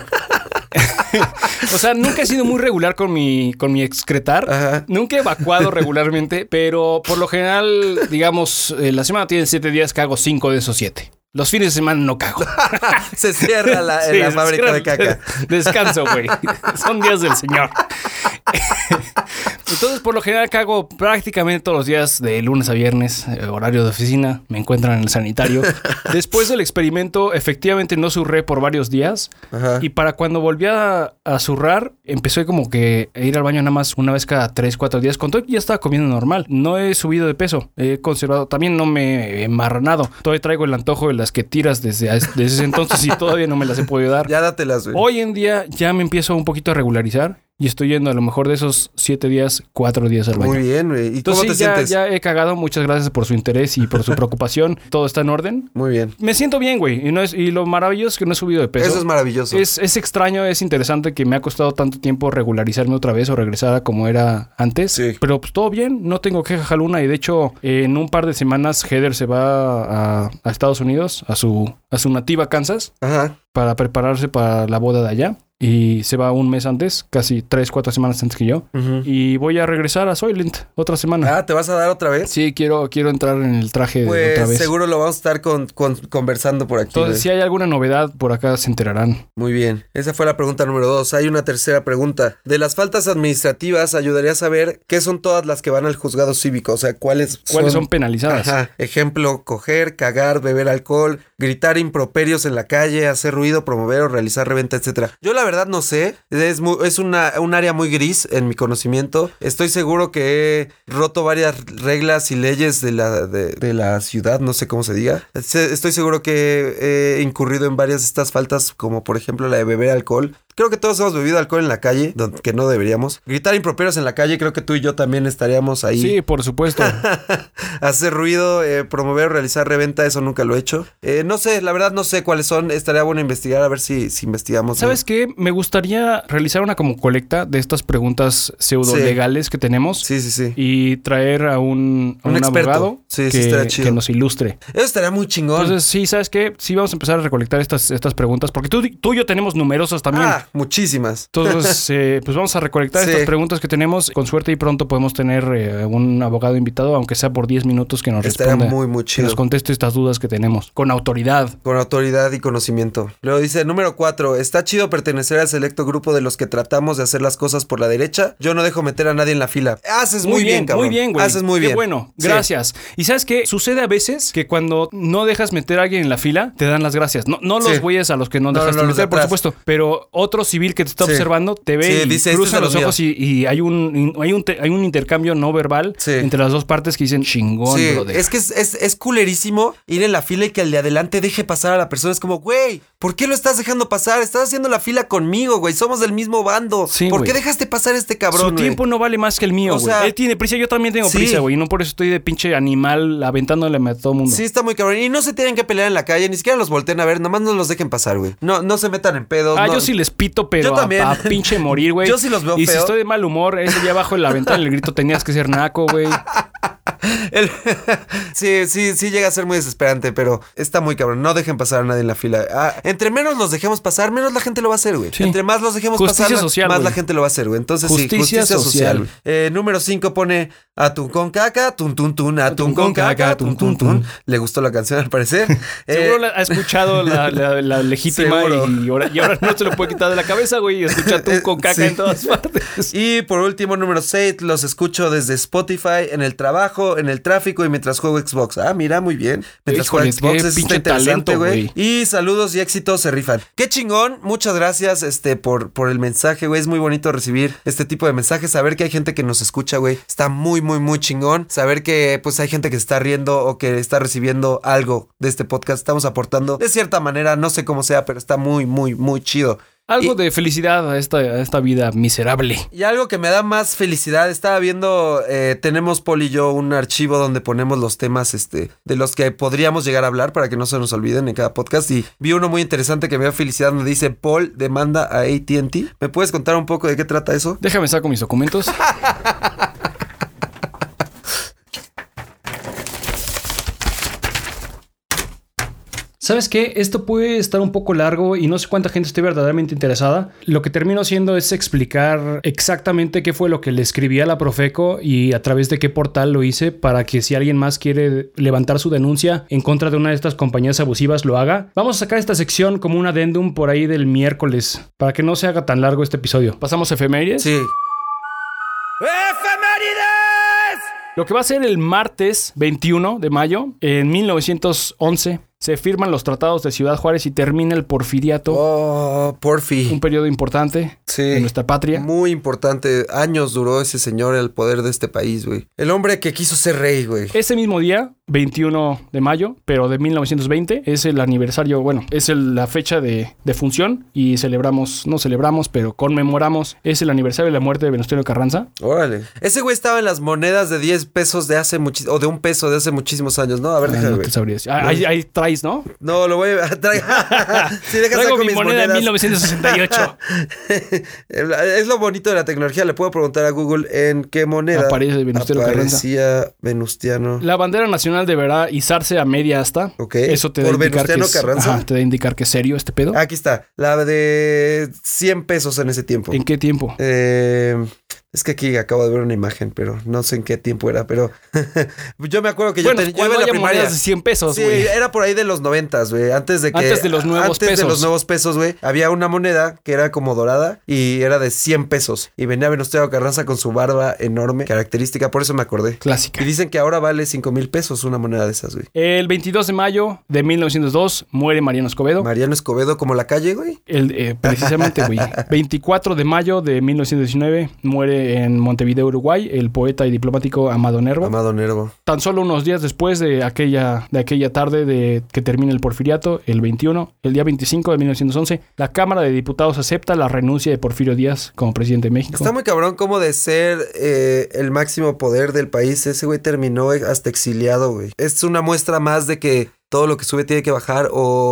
O sea, nunca he sido muy regular con mi, con mi excretar. Ajá. Nunca he evacuado regularmente, pero por lo general, digamos, eh, la semana tiene siete días, cago cinco de esos siete. Los fines de semana no cago. Se cierra la, sí, la fábrica de caca. Descanso, güey. Son días del Señor. Entonces, por lo general, cago prácticamente todos los días de lunes a viernes, eh, horario de oficina. Me encuentran en el sanitario. Después del experimento, efectivamente no zurré por varios días. Ajá. Y para cuando volví a, a zurrar, empecé como que a ir al baño nada más una vez cada tres, cuatro días. Con todo que ya estaba comiendo normal. No he subido de peso. He conservado. También no me he marranado. Todavía traigo el antojo de las que tiras desde, desde ese entonces y todavía no me las he podido dar. Ya dátelas, güey. Hoy en día ya me empiezo un poquito a regularizar. Y estoy yendo a lo mejor de esos siete días, cuatro días al baño. Muy bien, güey. ¿Y Entonces, cómo te sí, ya, sientes? Ya he cagado. Muchas gracias por su interés y por su preocupación. Todo está en orden. Muy bien. Me siento bien, güey. Y, no es, y lo maravilloso es que no he subido de peso. Eso es maravilloso. Es, es extraño, es interesante que me ha costado tanto tiempo regularizarme otra vez o regresar a como era antes. Sí. Pero pues todo bien. No tengo queja alguna. Y de hecho, eh, en un par de semanas, Heather se va a, a Estados Unidos, a su, a su nativa Kansas. Ajá. Para prepararse para la boda de allá. Y se va un mes antes, casi tres, cuatro semanas antes que yo. Uh-huh. Y voy a regresar a Soylent otra semana. Ah, ¿te vas a dar otra vez? Sí, quiero, quiero entrar en el traje pues de otra vez. Seguro lo vamos a estar con, con, conversando por aquí. Entonces, ¿ves? Si hay alguna novedad, por acá se enterarán. Muy bien. Esa fue la pregunta número dos. Hay una tercera pregunta. De las faltas administrativas, ayudaría a saber qué son todas las que van al juzgado cívico. O sea, cuáles ¿Cuáles son, son penalizadas? Ajá. Ejemplo, coger, cagar, beber alcohol, gritar improperios en la calle, hacer ruido, promover o realizar reventa, etcétera. Yo la verdad no sé. Es, muy, es una, un área muy gris en mi conocimiento. Estoy seguro que he roto varias reglas y leyes de la, de, de la ciudad, no sé cómo se diga. Estoy seguro que he incurrido en varias de estas faltas, como por ejemplo la de beber alcohol. Creo que todos hemos bebido alcohol en la calle, que no deberíamos. Gritar improperios en la calle, creo que tú y yo también estaríamos ahí. Sí, por supuesto. Hacer ruido, eh, promover o realizar reventa, eso nunca lo he hecho. Eh, no sé, la verdad no sé cuáles son. Estaría bueno investigar, a ver si, si investigamos. ¿Sabes ¿no? qué? Me gustaría realizar una como colecta de estas preguntas pseudo legales sí. que tenemos. Sí, sí, sí. Y traer a un, a un, un abogado sí, que, sí, estaría chido. que nos ilustre. Eso estaría muy chingón. Entonces, sí, ¿sabes qué? Sí vamos a empezar a recolectar estas, estas preguntas, porque tú, tú y yo tenemos numerosas también. Ah, Ah, muchísimas. Entonces, eh, pues vamos a recolectar Sí. estas preguntas que tenemos. Con suerte y pronto podemos tener eh, un abogado invitado, aunque sea por diez minutos, que nos Estaría responda. muy, muy Que chido. nos conteste estas dudas que tenemos. Con autoridad. Con autoridad y conocimiento. Luego dice, número cuatro, está chido pertenecer al selecto grupo de los que tratamos de hacer las cosas por la derecha. Yo no dejo meter a nadie en la fila. Haces muy, bien, cabrón. Muy bien, güey. Haces muy Qué bien. bueno, Sí. gracias. Y ¿sabes qué? Sucede a veces que cuando no dejas meter a alguien en la fila, te dan las gracias. No, no los Sí. güeyes a los que no No, dejaste no, los de meter, por atrás. supuesto. Pero otro civil que te está Sí. observando te ve Sí, y dice, "Este cruza es de los los ojos y, y hay un hay un, te- hay un intercambio no verbal Sí. entre las dos partes que dicen chingón, Sí, brother. es que es, es, es culerísimo ir en la fila y que el de adelante deje pasar a la persona. Es como, güey, ¿por qué lo estás dejando pasar? Estás haciendo la fila conmigo, güey. Somos del mismo bando. Sí, ¿Por güey. qué dejaste pasar a este cabrón, Su güey? tiempo no vale más que el mío, O güey. sea, Él tiene prisa, yo también tengo sí. prisa, güey. Y no por eso estoy de pinche animal aventándole a todo mundo. Sí, está muy cabrón. Y no se tienen que pelear en la calle, ni siquiera los volteen a ver, nomás no los dejen pasar, güey. No, no se metan en pedos. Ah, no- yo sí les pito, pero Yo también. A, a pinche morir, güey. Yo sí los veo Y feo. si estoy de mal humor, ese día abajo en la ventana el grito tenías que ser naco, güey. El- sí, sí, sí llega a ser muy desesperante, pero está muy cabrón. No dejen pasar a nadie en la fila. Ah, entre menos los dejemos pasar, menos la gente lo va a hacer, güey. Sí. Entre más los dejemos Justicia pasar, social, más güey. la gente lo va a hacer, güey. Entonces Justicia sí, justicia social. social. güey. Eh, número cinco pone atún con caca, tun tun tun, atún con caca, tun tun tun. Le gustó la canción al parecer. Seguro Eh, la- ha escuchado la, la- la legítima Seguro. y ahora, y ahora no se lo puede quitar de la cabeza, güey. Y escucha tú con caca Sí. en todas partes. Y por último, número seis, los escucho desde Spotify, en el trabajo, en el tráfico y mientras juego Xbox. Ah, mira, muy bien. Mientras Híjole, juego Xbox, qué eso está pinche interesante, talento, güey. güey. Y saludos y éxitos se rifan. Qué chingón, muchas gracias este, por, por el mensaje, güey. Es muy bonito recibir este tipo de mensajes, saber que hay gente que nos escucha, güey. Está muy, muy, muy chingón. Saber que pues hay gente que se está riendo o que está recibiendo algo de este podcast. Estamos aportando de cierta manera, no sé cómo sea, pero está muy, muy, muy chido. Algo Y- de felicidad a esta, a esta vida miserable. Y algo que me da más felicidad, estaba viendo, eh, tenemos Paul y yo un archivo donde ponemos los temas este, de los que podríamos llegar a hablar para que no se nos olviden en cada podcast. Y vi uno muy interesante que me da felicidad donde dice Paul demanda a A T and T. ¿Me puedes contar un poco de qué trata eso? Déjame saco mis documentos. ¿Sabes qué? Esto puede estar un poco largo y no sé cuánta gente esté verdaderamente interesada. Lo que termino haciendo es explicar exactamente qué fue lo que le escribí a la Profeco y a través de qué portal lo hice para que si alguien más quiere levantar su denuncia en contra de una de estas compañías abusivas lo haga. Vamos a sacar esta sección como un adendum por ahí del miércoles para que no se haga tan largo este episodio. ¿Pasamos a efemérides? Sí. Lo que va a ser el martes veintiuno de mayo, en mil novecientos once, se firman los tratados de Ciudad Juárez y termina el porfiriato, Oh, Porfi. un periodo importante Sí. de nuestra patria. Muy importante. Años duró ese señor el poder de este país, güey. El hombre que quiso ser rey, güey. Ese mismo día, veintiuno de mayo, pero de mil novecientos veinte, es el aniversario, bueno, es el- la fecha de, de función y celebramos, no celebramos, pero conmemoramos, es el aniversario de la muerte de Venustiano Carranza. Órale. Ese güey estaba en las monedas de diez pesos de hace muchísimo, o de un peso de hace muchísimos años, ¿no? A ver, Ah, déjame no ver. te sabría decir. Ah, ahí, ahí traes, ¿no? No, lo voy a... Trae... sí, deja Traigo saco mi mis moneda de monedas. mil novecientos sesenta y ocho. Es lo bonito de la tecnología. Le puedo preguntar a Google en qué moneda Aparece Venustiano Carranza. aparecía Venustiano. La bandera nacional deberá izarse a media asta. Ok. Eso te da a ¿Por indicar que Venustiano es, Carranza? ajá, te da a indicar que es serio este pedo. Aquí está. La de cien pesos en ese tiempo. ¿En qué tiempo? Eh, es que aquí acabo de ver una imagen, pero no sé en qué tiempo era, pero yo me acuerdo que Bueno, yo, ten- yo cuando iba en la haya primaria. monedas de cien pesos, Sí, güey. era por ahí de los noventas, güey. Antes de que. Antes de los nuevos antes pesos. de los nuevos pesos, güey. Había una moneda que era como dorada y era de cien pesos. Y venía Venustiano Carranza con su barba enorme, característica, por eso me acordé. Clásica. Y dicen que ahora vale cinco mil pesos una moneda de esas, güey. El veintidós de mayo de mil novecientos dos muere Mariano Escobedo. Mariano Escobedo, como la calle, güey. El, eh, precisamente, güey. veinticuatro de mayo de mil novecientos diecinueve muere en Montevideo, Uruguay, el poeta y diplomático Amado Nervo. Amado Nervo. Tan solo unos días después de aquella, de aquella tarde de que termina el porfiriato, el veintiuno, el día veinticinco de mil novecientos once, la Cámara de Diputados acepta la renuncia de Porfirio Díaz como presidente de México. Está muy cabrón como de ser eh, el máximo poder del país. Ese güey terminó hasta exiliado, güey. Es una muestra más de que todo lo que sube tiene que bajar o...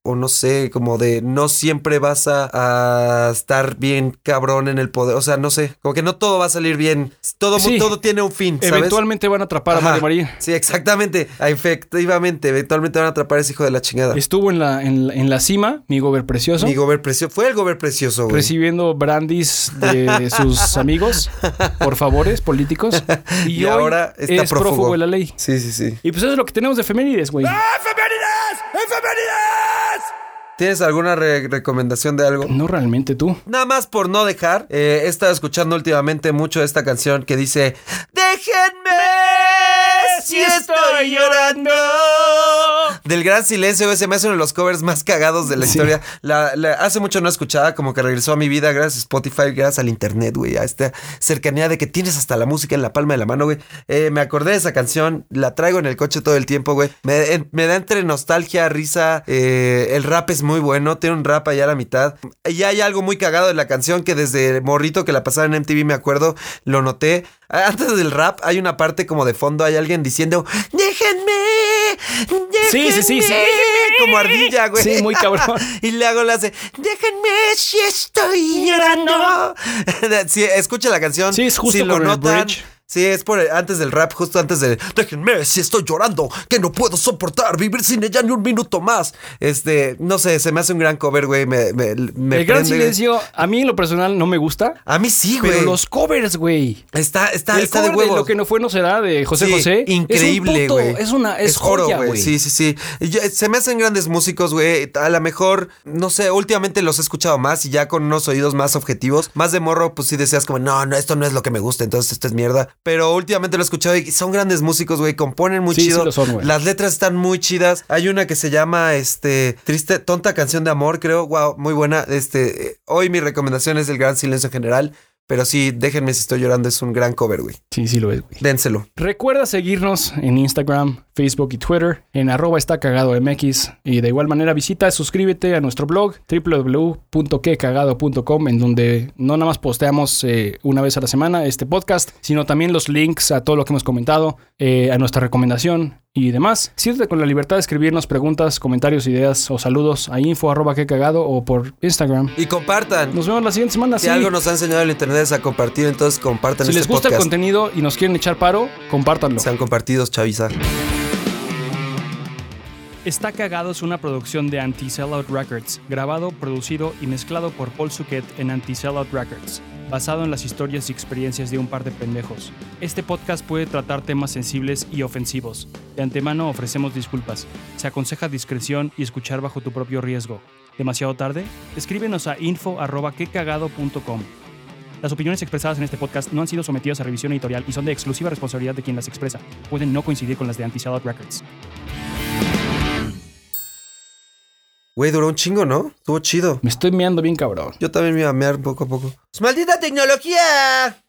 o no sé, como de no siempre vas a, a estar bien cabrón en el poder. O sea, no sé, como que no todo va a salir bien. Todo, sí. todo tiene un fin, ¿sabes? Eventualmente van a atrapar Ajá. a Mario Marín. Sí, exactamente. Efectivamente, eventualmente van a atrapar a ese hijo de la chingada. Estuvo en la, en, en la cima, mi gober precioso. Mi gober precioso. Fue el gober precioso, güey. Recibiendo brandis de sus amigos por favores políticos. Y, y hoy ahora está es prófugo. prófugo de la ley. Sí, sí, sí. Y pues eso es lo que tenemos de efemérides, güey. ¡Ah, efemérides! ¡Efemérides! ¿Tienes alguna re- recomendación de algo? No realmente, tú. Nada más por no dejar. Eh, he estado escuchando últimamente mucho esta canción que dice: déjenme si estoy llorando. Del Gran Silencio, güey, se me hace uno de los covers más cagados de la sí. historia. La, la, hace mucho no escuchaba, como que regresó a mi vida gracias a Spotify, gracias al internet, güey, a esta cercanía de que tienes hasta la música en la palma de la mano, güey. Eh, me acordé de esa canción, la traigo en el coche todo el tiempo, güey. Me, en, me da entre nostalgia, risa, eh, el rap es muy bueno, tiene un rap allá a la mitad. Y hay algo muy cagado de la canción que desde morrito que la pasaba en M T V, me acuerdo, lo noté. Antes del rap hay una parte como de fondo, hay alguien diciendo: déjenme, déjenme. Sí, sí, sí, sí. Como ardilla, güey. Sí, muy cabrón. Y luego le hace: déjenme si estoy llorando. Sí, escucha la canción. Sí, es justo si lo con notan, el bridge. Sí, es por el, antes del rap, justo antes de déjenme si estoy llorando, que no puedo soportar vivir sin ella ni un minuto más. Este, no sé, se me hace un gran cover, güey. Me, me, me el Gran Silencio, a mí en lo personal no me gusta. A mí sí, güey. Pero los covers, güey. Está, está, el está cover de huevos. De Lo que no fue no será de José sí, José. Increíble, güey. Es, es una, es, es oro, joya, güey. Sí, sí, sí. Yo, se me hacen grandes músicos, güey. A lo mejor, no sé, últimamente los he escuchado más y ya con unos oídos más objetivos. Más de morro, pues sí decías como, no, no, esto no es lo que me gusta, entonces esto es mierda. Pero últimamente lo he escuchado y son grandes músicos, güey, componen muy sí, chido. Sí lo son, güey. Las letras están muy chidas. Hay una que se llama, este, Triste, Tonta Canción de Amor, creo. Wow, muy buena. Este, hoy mi recomendación es El Gran Silencio en general. Pero sí, déjenme si estoy llorando, es un gran cover, güey. Sí, sí lo es, güey. Dénselo. Recuerda seguirnos en Instagram, Facebook y Twitter, en arroba está cagado mx. Y de igual manera visita, suscríbete a nuestro blog doble u doble u doble u punto que cagado punto com, en donde no nada más posteamos eh, una vez a la semana este podcast, sino también los links a todo lo que hemos comentado, eh, a nuestra recomendación y demás. Siéntete con la libertad de escribirnos preguntas, comentarios, ideas o saludos a info arroba que cagado o por Instagram. Y compartan. Nos vemos la siguiente semana. Si sí. algo nos ha enseñado el internet es a compartir, entonces compartan si este podcast. Si les gusta podcast. el contenido y nos quieren echar paro, compártanlo. Sean compartidos, chaviza. Está Cagado es una producción de Anti-Sellout Records, grabado, producido y mezclado por Paul Suquet en Anti-Sellout Records, basado en las historias y experiencias de un par de pendejos. Este podcast puede tratar temas sensibles y ofensivos. De antemano ofrecemos disculpas. Se aconseja discreción y escuchar bajo tu propio riesgo. ¿Demasiado tarde? Escríbenos a info arroba que cagado punto com. Las opiniones expresadas en este podcast no han sido sometidas a revisión editorial y son de exclusiva responsabilidad de quien las expresa. Pueden no coincidir con las de Anti-Sellout Records. Güey, duró un chingo, ¿no? Estuvo chido. Me estoy meando bien cabrón. Yo también me iba a mear poco a poco. ¡Maldita tecnología!